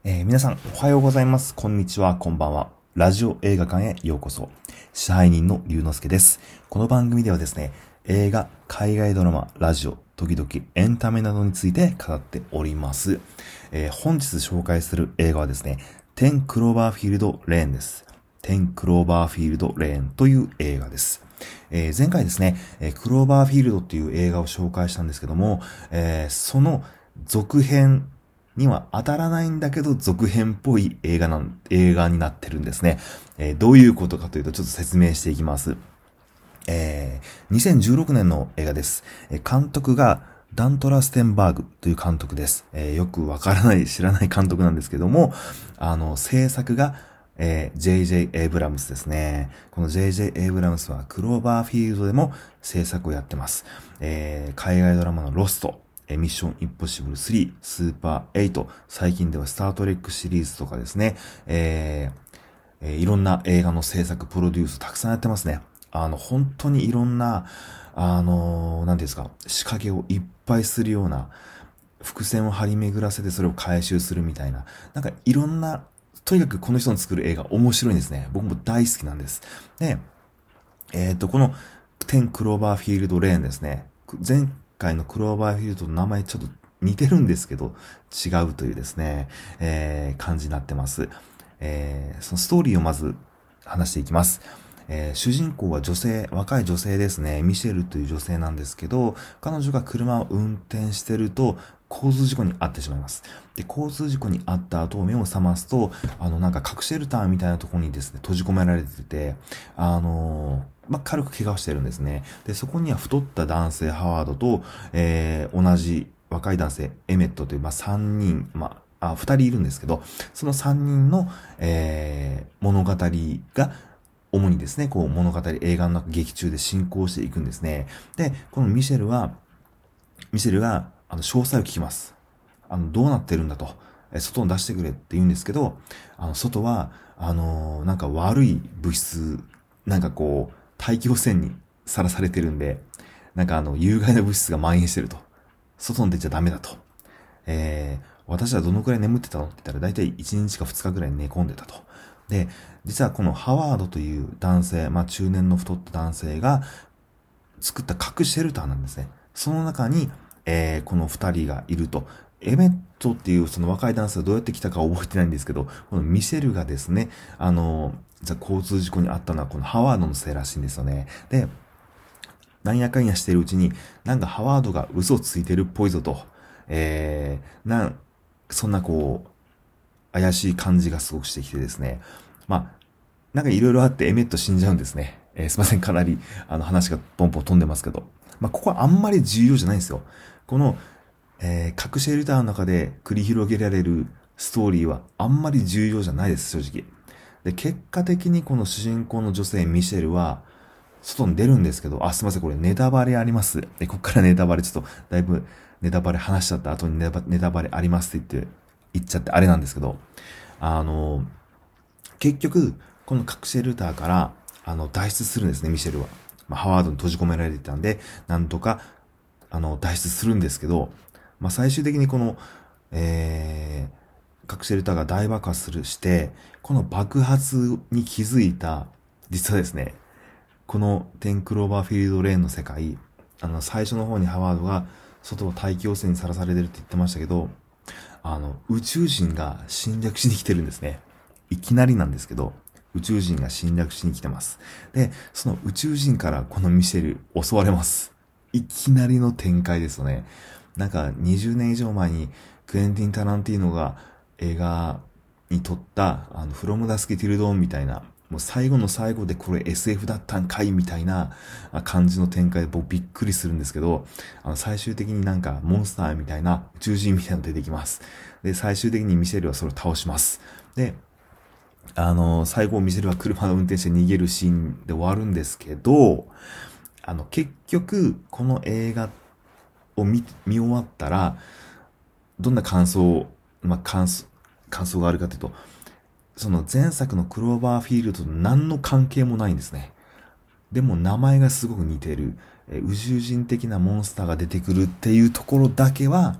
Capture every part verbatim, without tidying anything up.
えー皆さん、おはようございます。こんにちは、こんばんは。ラジオ映画館へようこそ。支配人の龍之介です。この番組ではですね、映画、海外ドラマ、ラジオ、時々エンタメなどについて語っております。えー本日紹介する映画はですね、テン・クローバーフィールド・レーンです。テン・クローバーフィールド・レーンという映画です。えー前回ですね、えークローバーフィールドっていう映画を紹介したんですけども、えーその続編には当たらないんだけど続編っぽい映画なん、映画になってるんですね。えーどういうことかというとちょっと説明していきます。えーにせんじゅうろくねんの映画です。えー監督がダントラ・ステンバーグという監督です。えーよくわからない、知らない監督なんですけども、あの、制作が、えー ジェイジェイ エイブラムスですね。この ジェイジェイ エイブラムスはクローバーフィールドでも制作をやってます。えー海外ドラマのロスト、えーミッションインポッシブルスリー、スーパーエイト、最近ではスタートレックシリーズとかですね、えーえーいろんな映画の制作、プロデュースたくさんやってますね。あの、本当にいろんな、あのー、なんていうんですか、仕掛けをいっぱいするような、伏線を張り巡らせてそれを回収するみたいな、なんかいろんな、とにかくこの人の作る映画面白いんですね。僕も大好きなんです。で、えっと、この、テン・クローバーフィールド・レーンですね。前回のクローバーフィールドの名前ちょっと似てるんですけど、違うというですね、えー、感じになってます。えー、そのストーリーをまず話していきます。えー主人公は女性、若い女性ですね。ミシェルという女性なんですけど、彼女が車を運転してると、交通事故に遭ってしまいます。で、交通事故に遭った後、目を覚ますと、あの、なんか核シェルターみたいなところにですね、閉じ込められてて、あのーまあ、軽く怪我をしてるんですね。で、そこには太った男性ハワードと、えー、同じ若い男性エメットという、まあ、さんにん、まあ、あ、ふたりいるんですけど、そのさんにんの、えー、物語が、主にですね、こう物語、映画の中、劇中で進行していくんですね。で、このミシェルは、ミシェルが、あの、詳細を聞きます。あの、どうなってるんだと。え外に出してくれって言うんですけど、あの、外は、あのーなんか悪い物質、なんかこう、大気汚染にさらされてるんで、なんかあの、有害な物質が蔓延してると。外に出ちゃダメだと。えー、私はどのくらい眠ってたのって言ったら、だいたいいちにちかふつかぐらい寝込んでたと。で、実はこのハワードという男性、まあ中年の太った男性が作った核シェルターなんですね。その中に、えー、この二人がいると。エメットっていうその若い男性がどうやって来たか覚えてないんですけど、このミシェルがですね、あの、じゃ交通事故に遭ったのはこのハワードのせいらしいんですよね。で、なんやかんやしてるうちに、なんかハワードが嘘をついてるっぽいぞと。えー、なん、そんなこう、怪しい感じがすごくしてきてですね。まあ、なんかいろいろあってエメット死んじゃうんですね。えーすいません、かなり、あの話がポンポン飛んでますけど。まあ、ここはあんまり重要じゃないんですよ。この、えー、核シェルターの中で繰り広げられるストーリーはあんまり重要じゃないです、正直。で、結果的にこの主人公の女性ミシェルは、外に出るんですけど、あ、すいません、これネタバレあります。で、こっからネタバレ、ちょっと、だいぶネタバレ話しちゃった後にネタネタバレありますって言って、言っちゃってあれなんですけど、あの、結局、この核シェルターから、あの、脱出するんですね、ミシェルは。まあ、ハワードに閉じ込められていたんで、なんとか、あの、脱出するんですけど、まあ、最終的にこの、えー、核シェルターが大爆発するして、この爆発に気づいた、実はですね、このテンクローバーフィールドレーンの世界、あの、最初の方にハワードが外を大気汚染にさらされてるって言ってましたけど、あの、宇宙人が侵略しに来てるんですね。いきなりなんですけど、宇宙人が侵略しに来てます。で、その宇宙人からこのミシェル襲われます。いきなりの展開ですよね。なんかにじゅうねん以上前にクエンティン・タランティーノが映画に撮ったあのフロムダスケティルドーンみたいな、もう最後の最後でこれ エスエフ だったんかいみたいな感じの展開で僕びっくりするんですけど、あの最終的になんかモンスターみたいな宇宙人みたいなの出てきます。で、最終的にミシェルはそれを倒します。で、あの、最後ミシェルは車を運転して逃げるシーンで終わるんですけど、あの、結局、この映画を見、見終わったら、どんな感想、まあ、感想、感想があるかというと、その前作のクローバーフィールドと何の関係もないんですね。でも名前がすごく似てる、えー宇宙人的なモンスターが出てくるっていうところだけは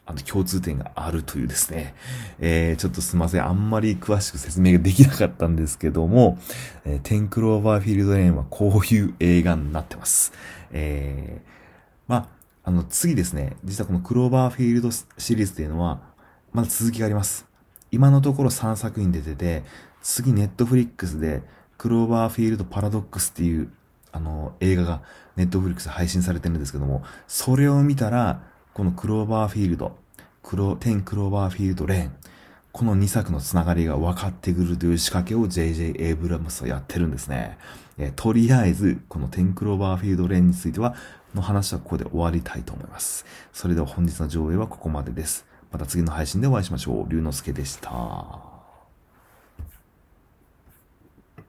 あの、共通点があるというですね、えー、ちょっとすいません。あんまり詳しく説明ができなかったんですけども、えー、テンクローバーフィールドレーンはこういう映画になってます。えー、まあ、あの、次ですね、実はこのクローバーフィールドシリーズっていうのは、まだ続きがあります。今のところさんさく品出てて、次ネットフリックスで、クローバーフィールドパラドックスっていう、あの、映画がネットフリックスで配信されてるんですけども、それを見たら、このクローバーフィールド、クロ、テンクローバーフィールドレーン、このにさくのつながりが分かってくるという仕掛けを ジェイジェイ エイブラムスはやってるんですね。えー、とりあえず、このテンクローバーフィールドレーンについては、の話はここで終わりたいと思います。それでは本日の上映はここまでです。また次の配信でお会いしましょう。龍之介でした。